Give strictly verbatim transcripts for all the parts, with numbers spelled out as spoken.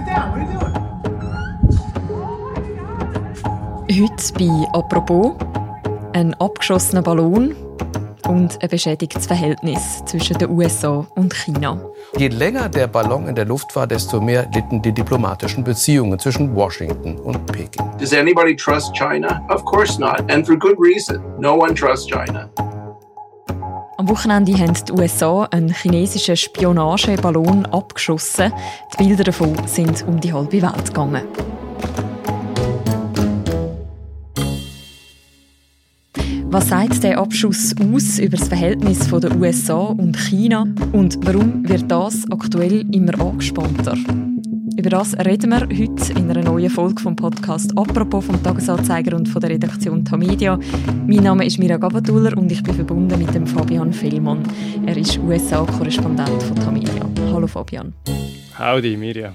Heute bei «Apropos» ein abgeschossener Ballon und ein beschädigtes Verhältnis zwischen den U S A und China. Je länger der Ballon in der Luft war, desto mehr litten die diplomatischen Beziehungen zwischen Washington und Peking. Does anybody trust China? Of course not, and for good reason. No one trusts China. Am Wochenende haben die U S A einen chinesischen Spionageballon abgeschossen. Die Bilder davon sind um die halbe Welt gegangen. Was sagt der Abschuss aus über das Verhältnis der U S A und China und warum wird das aktuell immer angespannter? Über das reden wir heute in einer neuen Folge vom Podcast «Apropos» vom Tagesanzeiger und von der Redaktion Tamedia. Mein Name ist Mira Gabatuller und ich bin verbunden mit dem Fabian Fellmann. Er ist U S A-Korrespondent von Tamedia. Hallo Fabian. Howdy, Mirja.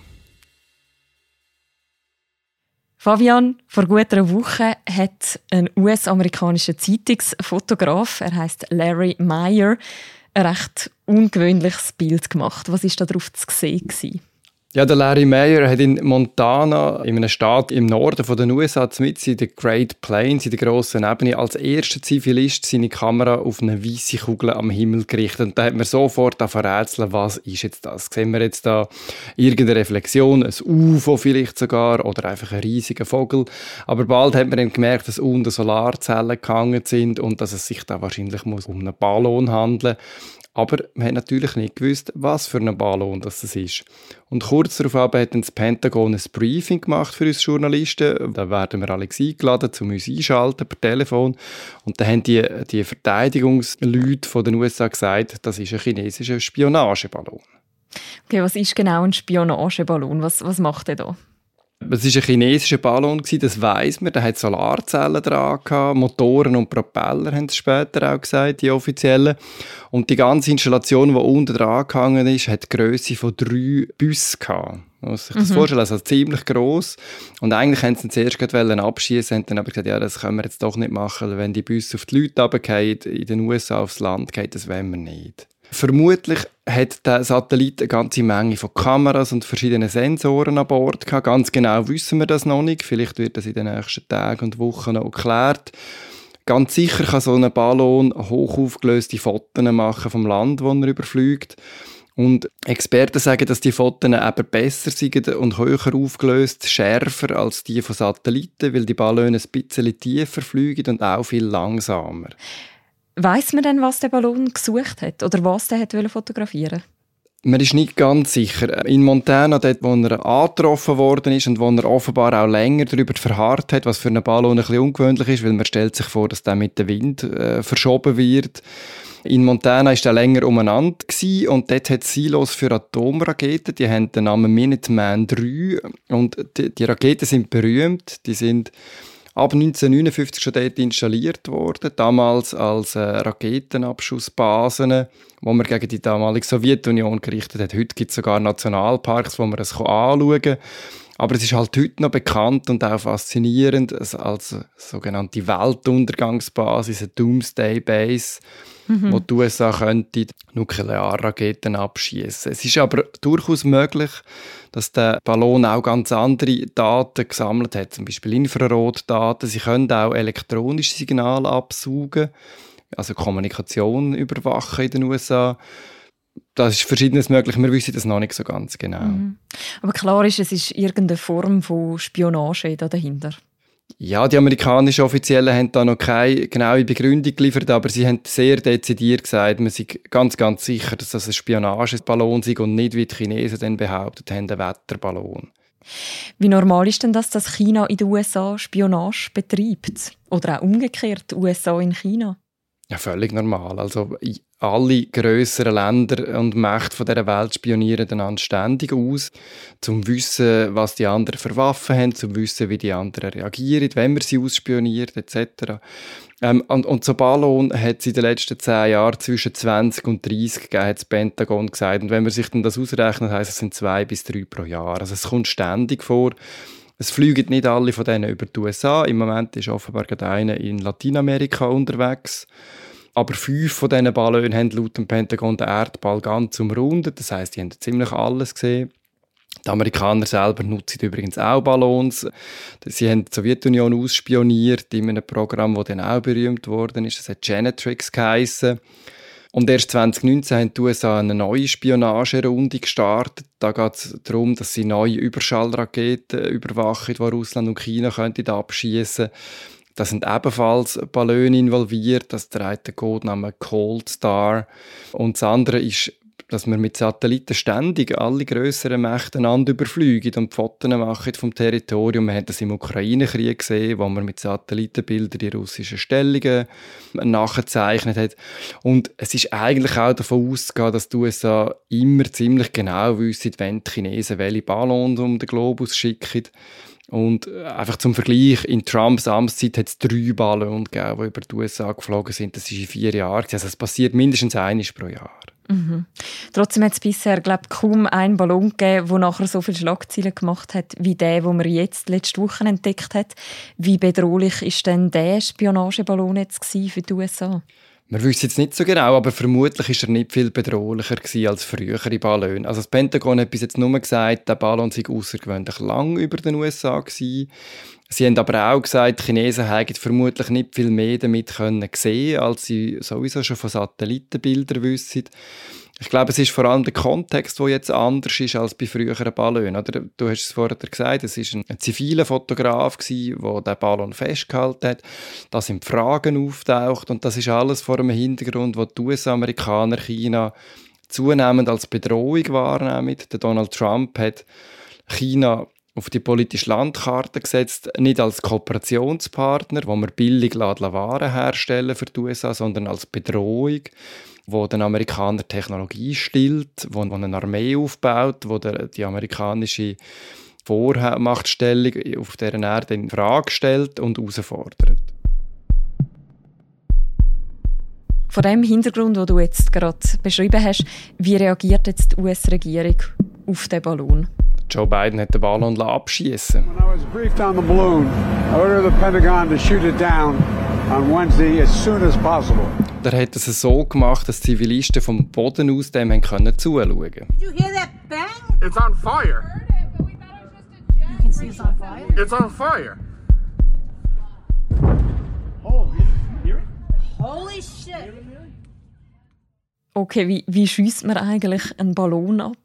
Fabian, vor gut einer Woche hat ein U S-amerikanischer Zeitungsfotograf, er heißt Larry Meyer, ein recht ungewöhnliches Bild gemacht. Was war da drauf zu sehen? Ja, der Larry Meyer hat in Montana, in einem Staat im Norden der U S A, mitten in den Great Plains, in der grossen Ebene, als erster Zivilist seine Kamera auf eine weisse Kugel am Himmel gerichtet. Und da hat man sofort verrätseln, was ist jetzt das? Sehen wir jetzt da irgendeine Reflexion, ein U F O vielleicht sogar oder einfach ein riesiger Vogel? Aber bald hat man dann gemerkt, dass unten Solarzellen gehangen sind und dass es sich da wahrscheinlich muss um einen Ballon handeln muss. Aber man hat natürlich nicht gewusst, was für ein Ballon das ist. Und kurz darauf hat das Pentagon ein Briefing gemacht für uns Journalisten. Da werden wir alle eingeladen, um uns einschalten per Telefon. Und da haben die, die Verteidigungsleute von den U S A gesagt, das ist ein chinesischer Spionageballon. Okay, was ist genau ein Spionageballon? Was, was macht er da? Es war ein chinesischer Ballon, das weiss man. Der hat Solarzellen dran gehabt, Motoren und Propeller, haben sie später auch gesagt, die offiziellen. Und die ganze Installation, die unten dran gehangen ist, hat die Grösse von drei Bussen gehabt. Man muss sich das mhm. vorstellen, also ziemlich gross. Und eigentlich wollten sie zuerst gerade abschießen, haben dann aber gesagt, ja, das können wir jetzt doch nicht machen, wenn die Busse auf die Leute runterfallen, in den U S A aufs Land fallen, das wollen wir nicht. Vermutlich hat der Satellit eine ganze Menge von Kameras und verschiedenen Sensoren an Bord gehabt. Ganz genau wissen wir das noch nicht. Vielleicht wird das in den nächsten Tagen und Wochen noch geklärt. Ganz sicher kann so ein Ballon hoch aufgelöste Fotos machen vom Land, das er überfliegt. Und Experten sagen, dass die Fotos eben besser sind und höher aufgelöst, schärfer als die von Satelliten, weil die Ballone ein bisschen tiefer fliegen und auch viel langsamer. Weiss man denn, was der Ballon gesucht hat oder was der hat fotografieren? Man ist nicht ganz sicher. In Montana, dort, wo er angetroffen worden ist und wo er offenbar auch länger darüber verharrt hat, was für einen Ballon ein bisschen ungewöhnlich ist, weil man stellt sich vor, dass der mit dem Wind äh, verschoben wird. In Montana war er länger umeinander gewesen, und dort hat es Silos für Atomraketen. Die haben den Namen Minuteman drei und die, die Raketen sind berühmt. Die sind ab neunzehnhundertneunundfünfzig schon dort installiert worden, damals als äh, Raketenabschussbasen, wo man gegen die damalige Sowjetunion gerichtet hat. Heute gibt es sogar Nationalparks, wo man es anschauen kann. Aber es ist halt heute noch bekannt und auch faszinierend als sogenannte Weltuntergangsbasis, eine Doomsday Base, mhm. wo die U S A könnte Nuklearraketen abschießen. Es ist aber durchaus möglich, dass der Ballon auch ganz andere Daten gesammelt hat, zum Beispiel Infrarotdaten. Sie können auch elektronische Signale absaugen, also Kommunikation überwachen in den U S A. Das ist Verschiedenes möglich, wir wissen das noch nicht so ganz genau. Mhm. Aber klar ist, es ist irgendeine Form von Spionage da dahinter. Ja, die amerikanischen Offiziellen haben da noch keine genaue Begründung geliefert, aber sie haben sehr dezidiert gesagt, man sei ganz, ganz sicher, dass das ein Spionageballon sei und nicht, wie die Chinesen dann behauptet haben, ein Wetterballon. Wie normal ist denn das, dass China in den U S A Spionage betreibt? Oder auch umgekehrt, die U S A in China? Ja, völlig normal. Also alle grösseren Länder und Mächte von dieser Welt spionieren einander ständig aus, um zu wissen, was die anderen für Waffen haben, um zu wissen, wie die anderen reagieren, wenn man sie ausspioniert, et cetera. Ähm, und, und so Ballon hat es in den letzten zehn Jahren zwischen zwanzig und dreißig gegeben, hat das Pentagon gesagt. Und wenn man sich dann das ausrechnet, heisst es sind zwei bis drei pro Jahr. Also es kommt ständig vor. Es fliegen nicht alle von denen über die U S A. Im Moment ist offenbar gerade einer in Lateinamerika unterwegs. Aber fünf von diesen Ballonen haben laut dem Pentagon den Erdball ganz umrundet. Das heisst, die haben ziemlich alles gesehen. Die Amerikaner selber nutzen übrigens auch Ballons. Sie haben die Sowjetunion ausspioniert in einem Programm, das dann auch berühmt worden ist. Das hat Genetrix geheissen. Und erst zwanzig neunzehn haben die U S A eine neue Spionagerunde gestartet. Da geht es darum, dass sie neue Überschallraketen überwachen, die Russland und China könnten abschießen. Da sind ebenfalls Ballone involviert. Das trägt den Codenamen Cold Star. Und das andere ist, dass wir mit Satelliten ständig alle grösseren Mächte einander überfliegen und Fotos machen vom Territorium. Wir haben das im Ukraine-Krieg gesehen, wo man mit Satellitenbildern die russischen Stellungen nachgezeichnet hat. Und es ist eigentlich auch davon auszugehen, dass die U S A immer ziemlich genau wissen, wenn die Chinesen welche Ballons um den Globus schicken. Und einfach zum Vergleich, in Trumps Amtszeit hat es drei Ballons gegeben, die über die U S A geflogen sind. Das ist in vier Jahren. Also es passiert mindestens einmal pro Jahr. Mhm. Trotzdem hat es bisher, glaube ich, kaum einen Ballon gegeben, der nachher so viele Schlagzeilen gemacht hat, wie der, den man jetzt letzte Woche entdeckt hat. Wie bedrohlich war denn der Spionageballon jetzt für die U S A? Wir wissen jetzt nicht so genau, aber vermutlich war er nicht viel bedrohlicher als frühere Ballone. Also das Pentagon hat bis jetzt nur gesagt, der Ballon sei außergewöhnlich lang über den U S A gewesen. Sie haben aber auch gesagt, die Chinesen hätten vermutlich nicht viel mehr damit können sehen, als sie sowieso schon von Satellitenbildern wissen. Ich glaube, es ist vor allem der Kontext, der jetzt anders ist als bei früheren Ballonen. Oder? Du hast es vorher gesagt, es war ein, ein ziviler Fotograf, der den Ballon festgehalten hat. Da sind Fragen auftaucht und das ist alles vor einem Hintergrund, wo die U S-Amerikaner China zunehmend als Bedrohung wahrnehmen. Der Donald Trump hat China auf die politische Landkarte gesetzt, nicht als Kooperationspartner, wo man billig Waren herstellen für die U S A, sondern als Bedrohung, wo den Amerikanern Technologie stillt, wo eine Armee aufbaut, wo der, die amerikanische Vormachtstellung auf dieser Erde in Frage stellt und herausfordert. Von dem Hintergrund, den du jetzt gerade beschrieben hast, wie reagiert jetzt die U S-Regierung auf den Ballon? Joe Biden hat den Ballon abschießen. When I was briefed on the balloon, I ordered the Pentagon to shoot it down on Wednesday as soon as possible. Er hat es so gemacht, dass Zivilisten vom Boden aus dem haben können zuschauen. Did you hear that bang? It's on fire. You can see it's on fire. It's on fire. Oh, you hear it? Holy shit! Okay, wie, wie schiesst man eigentlich einen Ballon ab?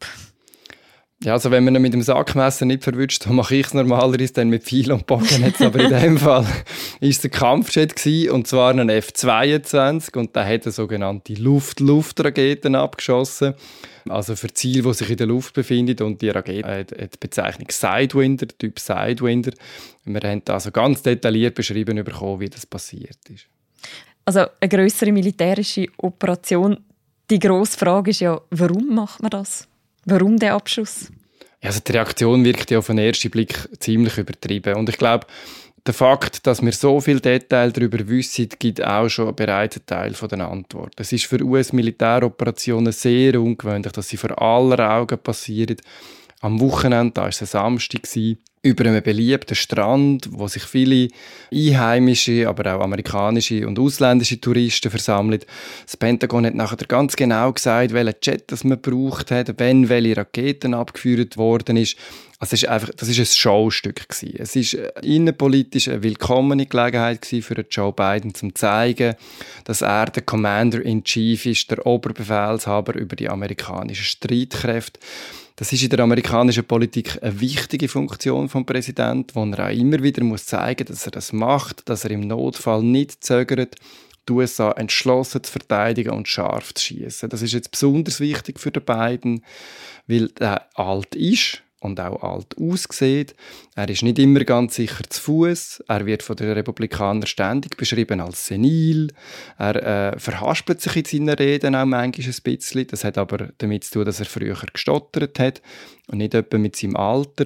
Ja, also wenn man ihn mit dem Sackmesser nicht verwünscht, dann mache ich es normalerweise dann mit Pfeil und Bogen. Jetzt aber in dem Fall war es ein Kampfjet gewesen, und zwar ein F zweiundzwanzig, und der hat eine sogenannte Luft-Luft-Raketen abgeschossen. Also für Ziele, die sich in der Luft befinden, und die Rakete hat die Bezeichnung Sidewinder, Typ Sidewinder. Wir haben also ganz detailliert beschrieben bekommen, wie das passiert ist. Also eine grössere militärische Operation. Die grosse Frage ist ja, warum macht man das? Warum der Abschuss? Ja, also die Reaktion wirkt ja auf den ersten Blick ziemlich übertrieben. Und ich glaube, der Fakt, dass wir so viele Details darüber wissen, gibt auch schon bereits einen Teil der Antwort. Es ist für U S-Militäroperationen sehr ungewöhnlich, dass sie vor aller Augen passieren. Am Wochenende, da war es ein Samstag, über einem beliebten Strand, wo sich viele einheimische, aber auch amerikanische und ausländische Touristen versammeln. Das Pentagon hat nachher ganz genau gesagt, welchen Jet das man gebraucht hat, wenn welche Raketen abgeführt worden ist. Also es ist einfach, das ist ein Showstück gewesen. Es ist innenpolitisch eine willkommene Gelegenheit gewesen für Joe Biden, um zu zeigen, dass er der Commander-in-Chief ist, der Oberbefehlshaber über die amerikanischen Streitkräfte. Das ist in der amerikanischen Politik eine wichtige Funktion vom Präsidenten, wo er auch immer wieder muss zeigen muss, dass er das macht, dass er im Notfall nicht zögert, die U S A entschlossen zu verteidigen und scharf zu schießen. Das ist jetzt besonders wichtig für den Biden, weil er alt ist und auch alt aussieht. Er ist nicht immer ganz sicher zu Fuß. Er wird von den Republikanern ständig beschrieben als senil. Er äh, verhaspelt sich in seinen Reden auch manchmal ein bisschen. Das hat aber damit zu tun, dass er früher gestottert hat und nicht etwa mit seinem Alter.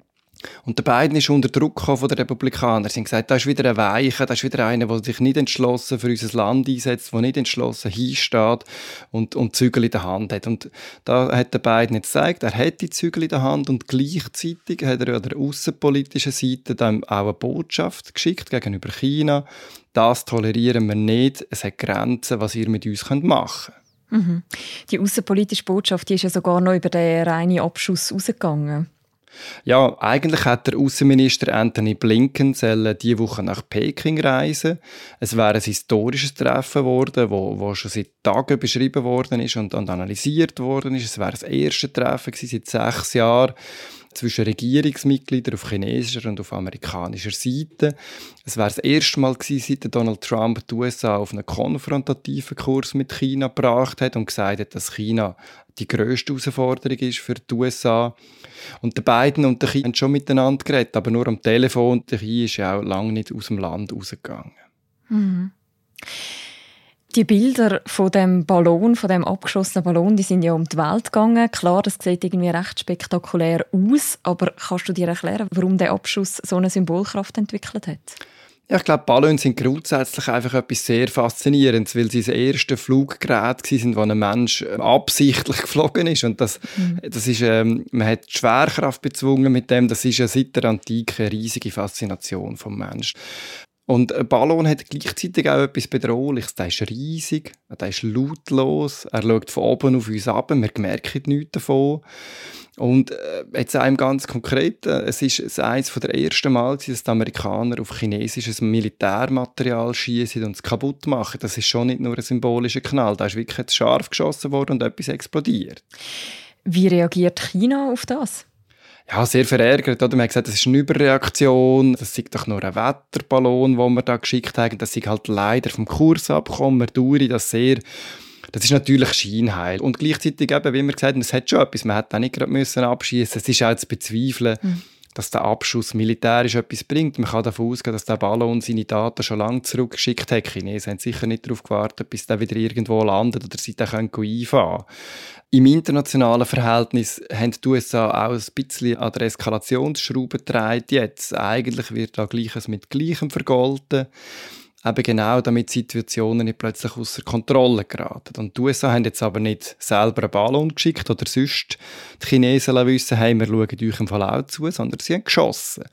Und der Biden ist unter Druck von den Republikanern. Sie haben gesagt, da ist wieder ein Weicher, da ist wieder einer, der sich nicht entschlossen für unser Land einsetzt, der nicht entschlossen hinsteht und, und Zügel in der Hand hat. Und da hat der Biden jetzt gesagt, er hat die Zügel in der Hand, und gleichzeitig hat er an der aussenpolitischen Seite dann auch eine Botschaft geschickt gegenüber China. Das tolerieren wir nicht. Es hat Grenzen, was ihr mit uns machen könnt. Mhm. Die aussenpolitische Botschaft, die ist ja sogar noch über den reinen Abschuss rausgegangen. Ja, eigentlich hat der Außenminister Anthony Blinken diese Woche nach Peking reisen. Es wäre ein historisches Treffen geworden, wo, wo schon seit Tagen beschrieben worden ist und, und analysiert worden ist. Es wäre das erste Treffen gewesen seit sechs Jahren zwischen Regierungsmitgliedern auf chinesischer und auf amerikanischer Seite. Es wäre das erste Mal gewesen, seit Donald Trump die U S A auf einen konfrontativen Kurs mit China gebracht hat und gesagt hat, dass China die grösste Herausforderung ist für die U S A. Und die beiden und der Xi haben schon miteinander geredet, aber nur am Telefon. Der Xi ist ja auch lange nicht aus dem Land rausgegangen. Mhm. Die Bilder von dem Ballon, von dem abgeschossenen Ballon, die sind ja um die Welt gegangen. Klar, das sieht irgendwie recht spektakulär aus, aber kannst du dir erklären, warum der Abschuss so eine Symbolkraft entwickelt hat? Ja, ich glaube, Ballons sind grundsätzlich einfach etwas sehr Faszinierendes, weil sie das erste Fluggerät waren, wo ein Mensch absichtlich geflogen ist. Und das, mhm. das ist, ähm, man hat die Schwerkraft bezwungen mit dem. Das ist ja seit der Antike eine riesige Faszination vom Menschen. Und ein Ballon hat gleichzeitig auch etwas Bedrohliches. Der ist riesig, der ist lautlos, er schaut von oben auf uns ab, wir merken nichts davon. Und äh, jetzt einem ganz konkret, äh, es ist eines der ersten Mal, dass die Amerikaner auf chinesisches Militärmaterial schießen und es kaputt machen. Das ist schon nicht nur ein symbolischer Knall, da ist wirklich jetzt scharf geschossen worden und etwas explodiert. Wie reagiert China auf das? Ja, sehr verärgert. Oder? Man hat gesagt, das ist eine Überreaktion, das sei doch nur ein Wetterballon, den wir da geschickt haben. Das sei halt leider vom Kurs abgekommen. Wir dauern das sehr. Das ist natürlich Scheinheil. Und gleichzeitig, eben, wie wir gesagt haben, es hat schon etwas. Man hätte auch nicht gerade müssen abschießen. Es ist auch zu bezweifeln, mhm. dass der Abschuss militärisch etwas bringt. Man kann davon ausgehen, dass der Ballon seine Daten schon lange zurückgeschickt hat. Die Chinesen haben sicher nicht darauf gewartet, bis der wieder irgendwo landet oder sie dann einfahren können. Im internationalen Verhältnis haben die U S A auch ein bisschen an der Eskalationsschraube gedreht jetzt. Eigentlich wird da Gleiches mit Gleichem vergolten. Eben genau, damit Situationen nicht plötzlich außer Kontrolle geraten. Und die U S A haben jetzt aber nicht selber einen Ballon geschickt oder sonst die Chinesen wissen, hey, wir schauen euch im Fall auch zu, sondern sie haben geschossen.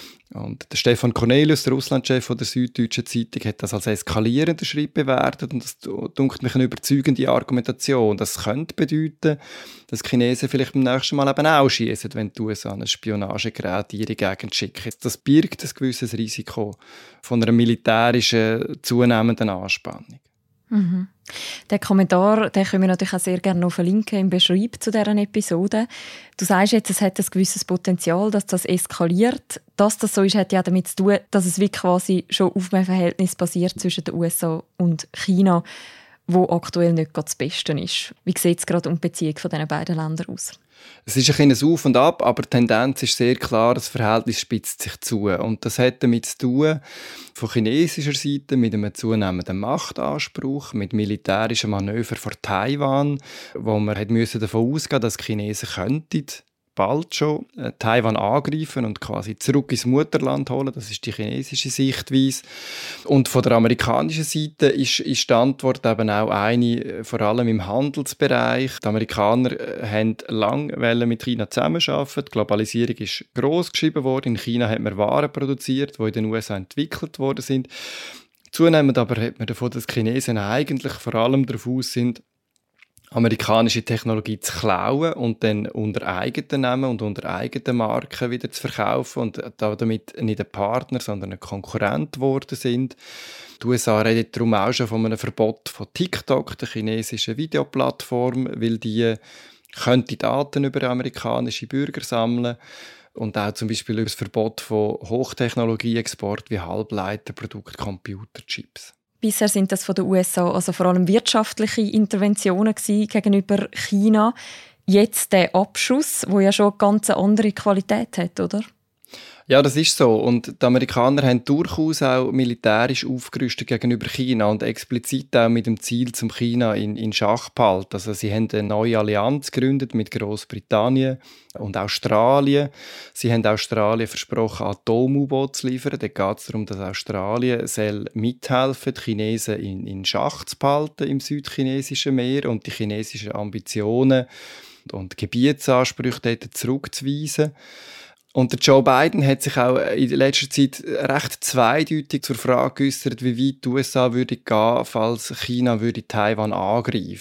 Und der Stefan Cornelius, der Russlandchef der Süddeutschen Zeitung, hat das als eskalierenden Schritt bewertet und das dünkt mich eine überzeugende Argumentation. Das könnte bedeuten, dass die Chinesen vielleicht beim nächsten Mal eben auch schießen, wenn die U S A ein Spionagegerät in ihre Gegend schicken. Das birgt ein gewisses Risiko von einer militärischen zunehmenden Anspannung. Mhm. Den Kommentar den können wir natürlich auch sehr gerne noch verlinken im Beschreib zu dieser Episode. Du sagst jetzt, es hat ein gewisses Potenzial, dass das eskaliert. Dass das so ist, hat ja damit zu tun, dass es wie quasi schon auf einem Verhältnis basiert zwischen den U S A und China, wo aktuell nicht gerade das Beste ist. Wie sieht es gerade um die Beziehung von diesen beiden Ländern aus? Es ist ein bisschen Auf und Ab, aber die Tendenz ist sehr klar, das Verhältnis spitzt sich zu. Und das hat damit zu tun, von chinesischer Seite mit einem zunehmenden Machtanspruch, mit militärischen Manövern vor Taiwan, wo man davon ausgehen musste, dass die Chinesen könnten bald schon äh, Taiwan angreifen und quasi zurück ins Mutterland holen. Das ist die chinesische Sichtweise. Und von der amerikanischen Seite ist, ist die Antwort eben auch eine, vor allem im Handelsbereich. Die Amerikaner äh, haben lange mit China zusammenarbeiten. Die Globalisierung ist gross geschrieben worden. In China hat man Waren produziert, die in den U S A entwickelt worden sind. Zunehmend aber hat man davon, dass die Chinesen eigentlich vor allem darauf aus sind, amerikanische Technologie zu klauen und dann unter eigenen Namen und unter eigenen Marken wieder zu verkaufen und damit nicht ein Partner, sondern ein Konkurrent geworden sind. Die U S A reden darum auch schon von einem Verbot von TikTok, der chinesischen Videoplattform, weil die könnte Daten über amerikanische Bürger sammeln und auch zum Beispiel über das Verbot von Hochtechnologieexport wie Halbleiterprodukte, Computerchips. Bisher sind das von den U S A also vor allem wirtschaftliche Interventionen gegenüber China. Jetzt der Abschuss, der ja schon eine ganz andere Qualität hat, oder? Ja, das ist so. Und die Amerikaner haben durchaus auch militärisch aufgerüstet gegenüber China und explizit auch mit dem Ziel, zum China in, in Schach zu behalten. Also sie haben eine neue Allianz gegründet mit Großbritannien und Australien. Sie haben Australien versprochen, Atom-U-Boote zu liefern. Da geht es darum, dass Australien soll mithelfen, die Chinesen in, in Schach zu behalten im südchinesischen Meer und die chinesischen Ambitionen und Gebietsansprüche dort zurückzuweisen. Und der Joe Biden hat sich auch in letzter Zeit recht zweideutig zur Frage geäußert, wie weit die U S A würde gehen, falls China würde Taiwan angreifen.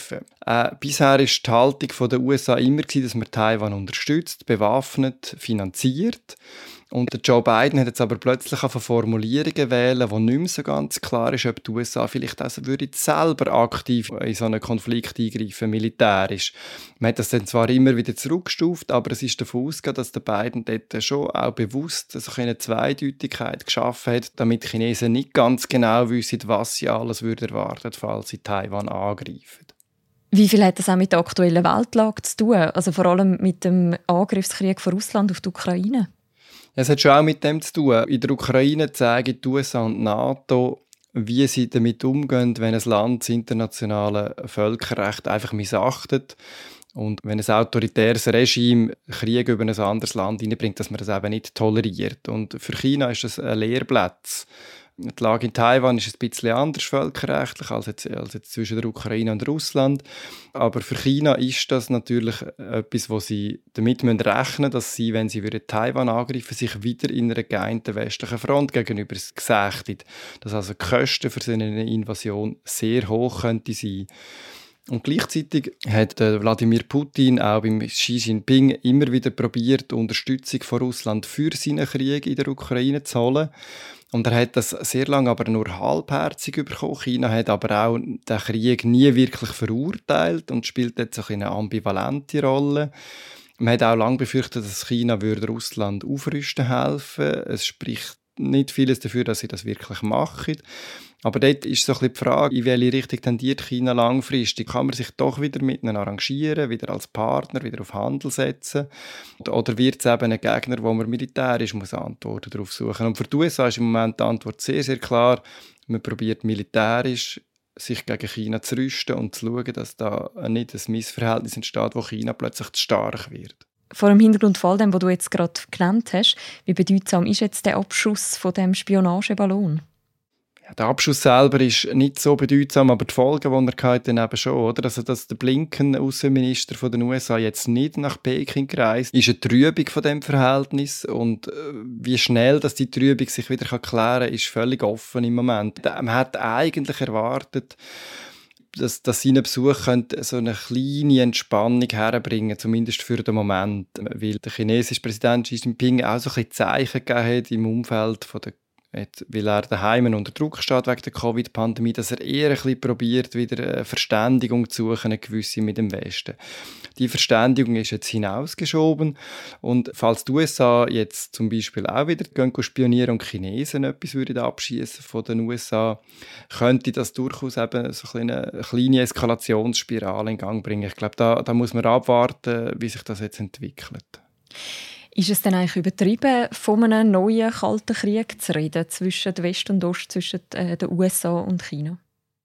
Äh, bisher war die Haltung der U S A immer, dass man Taiwan unterstützt, bewaffnet, finanziert. Und der Joe Biden hat jetzt aber plötzlich auf Formulierungen wählen, wo nicht mehr so ganz klar ist, ob die U S A vielleicht also würde selber aktiv in so einen Konflikt eingreifen, militärisch. Man hat das dann zwar immer wieder zurückgestuft, aber es ist davon ausgegangen, dass der Biden dort schon auch bewusst so eine Zweideutigkeit geschaffen hat, damit die Chinesen nicht ganz genau wissen, was sie alles würden erwarten, falls sie Taiwan angreifen. Wie viel hat das auch mit der aktuellen Weltlage zu tun? Also vor allem mit dem Angriffskrieg von Russland auf die Ukraine? Es hat schon auch mit dem zu tun. In der Ukraine zeigen die U S A und die NATO, wie sie damit umgehen, wenn ein Land das internationale Völkerrecht einfach missachtet. Und wenn ein autoritäres Regime Krieg über ein anderes Land hineinbringt, dass man das eben nicht toleriert. Und für China ist das ein Lehrplatz. Die Lage in Taiwan ist ein bisschen anders völkerrechtlich als jetzt, als jetzt zwischen der Ukraine und Russland. Aber für China ist das natürlich etwas, wo sie damit rechnen müssen, dass sie, wenn sie Taiwan angreifen, sich wieder in einer geeinten westlichen Front gegenüber gesächtet. Dass also die Kosten für so eine Invasion sehr hoch könnte sein. Und gleichzeitig hat Wladimir Putin auch beim Xi Jinping immer wieder probiert, Unterstützung von Russland für seinen Krieg in der Ukraine zu holen. Und er hat das sehr lange aber nur halbherzig bekommen. China hat aber auch den Krieg nie wirklich verurteilt und spielt jetzt auch eine ambivalente Rolle. Man hat auch lange befürchtet, dass China würde Russland aufrüsten helfen. Es spricht nicht vieles dafür, dass sie das wirklich machen. Aber dort ist so ein bisschen die Frage, in welche Richtung tendiert China langfristig? Kann man sich doch wieder mit ihnen arrangieren, wieder als Partner, wieder auf Handel setzen? Oder wird es eben ein Gegner, wo man militärisch muss Antworten darauf suchen? Und für die U S A ist im Moment die Antwort sehr, sehr klar. Man probiert militärisch, sich gegen China zu rüsten und zu schauen, dass da nicht ein Missverhältnis entsteht, wo China plötzlich zu stark wird. Vor dem Hintergrund von all dem, was du jetzt gerade genannt hast, wie bedeutsam ist jetzt der Abschuss von dem Spionageballon? Ja, der Abschuss selber ist nicht so bedeutsam, aber die Folgen, die er hatte, dann eben schon. Oder? Also, dass der Blinken, Außenminister von den U S A, jetzt nicht nach Peking gereist ist, eine Trübung von dem Verhältnis. Und äh, wie schnell dass die Trübung sich wieder klären kann, ist völlig offen im Moment. Man hat eigentlich erwartet, dass, dass sein Besuch könnte so eine kleine Entspannung herbringen, zumindest für den Moment. Weil der chinesische Präsident Xi Jinping auch so ein bisschen Zeichen gegeben hat im Umfeld von der weil er daheim unter Druck steht wegen der Covid-Pandemie, dass er eher ein bisschen probiert, wieder eine Verständigung zu suchen, eine gewisse mit dem Westen. Die Verständigung ist jetzt hinausgeschoben und falls die U S A jetzt zum Beispiel auch wieder gehen spionieren und Chinesen etwas würden abschießen von den U S A, könnte das durchaus eben so eine kleine Eskalationsspirale in Gang bringen. Ich glaube, da, da muss man abwarten, wie sich das jetzt entwickelt. Ist es denn eigentlich übertrieben, von einem neuen Kalten Krieg zu reden zwischen West und Ost, zwischen den U S A und China?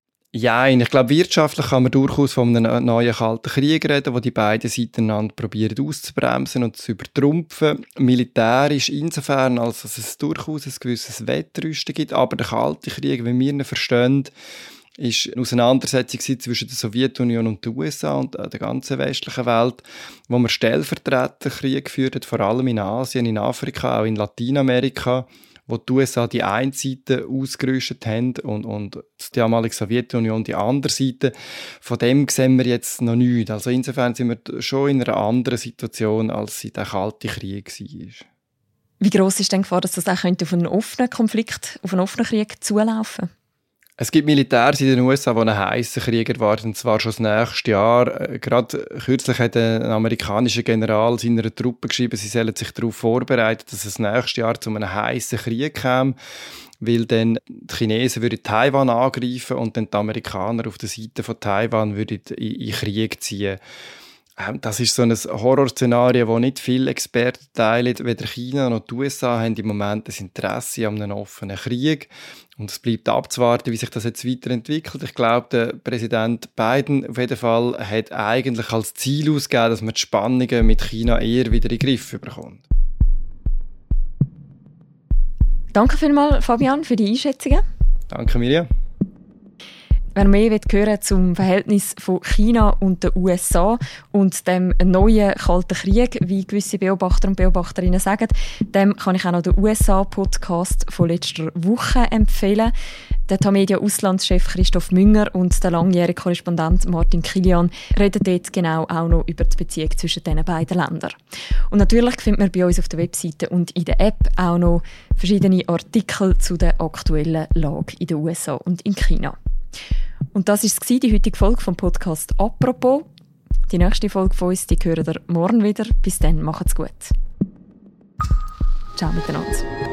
Ja, ich glaube, wirtschaftlich kann man durchaus von einem neuen Kalten Krieg reden, wo die beiden Seiten einander probieren auszubremsen und zu übertrumpfen. Militärisch insofern, als dass es durchaus ein gewisses Wettrüsten gibt, aber der Kalte Krieg, wie wir ihn verstehen, ist eine Auseinandersetzung zwischen der Sowjetunion und den U S A und der ganzen westlichen Welt, wo man Stellvertreterkrieg geführt hat, vor allem in Asien, in Afrika, auch in Lateinamerika, wo die U S A die eine Seite ausgerüstet haben und, und die damalige Sowjetunion die andere Seite. Von dem sehen wir jetzt noch nichts. Also insofern sind wir schon in einer anderen Situation, als sie der Kalte Krieg war. Wie gross ist denn die Gefahr, dass das auch auf einen offenen Konflikt, auf einen offenen Krieg zulaufen könnte? Es gibt Militärs in den U S A, die einen heissen Krieg erwarten, und zwar schon das nächste Jahr. Gerade kürzlich hat ein amerikanischer General seiner Truppe geschrieben, sie sollen sich darauf vorbereiten, dass es nächstes Jahr zu einem heissen Krieg käme, weil dann die Chinesen würden Taiwan angreifen und dann die Amerikaner auf der Seite von Taiwan würden in, in Krieg ziehen. Das ist so ein Horrorszenario, das nicht viele Experten teilen. Weder China noch die U S A haben im Moment das Interesse an einem offenen Krieg. Und es bleibt abzuwarten, wie sich das jetzt weiterentwickelt. Ich glaube, der Präsident Biden auf jeden Fall hat eigentlich als Ziel ausgegeben, dass man die Spannungen mit China eher wieder in den Griff bekommt. Danke vielmals, Fabian, für die Einschätzungen. Danke, Mirja. Wer mehr hören will zum Verhältnis von China und den U S A und dem neuen Kalten Krieg, wie gewisse Beobachter und Beobachterinnen sagen, dem kann ich auch noch den U S A-Podcast von letzter Woche empfehlen. Der Tamedia-Auslandschef Christoph Münger und der langjährige Korrespondent Martin Kilian reden dort genau auch noch über die Beziehung zwischen diesen beiden Ländern. Und natürlich findet man bei uns auf der Webseite und in der App auch noch verschiedene Artikel zu der aktuellen Lage in den U S A und in China. Und das war die heutige Folge vom Podcast «Apropos». Die nächste Folge von uns, die hören ihr morgen wieder. Bis dann, macht's gut. Ciao miteinander.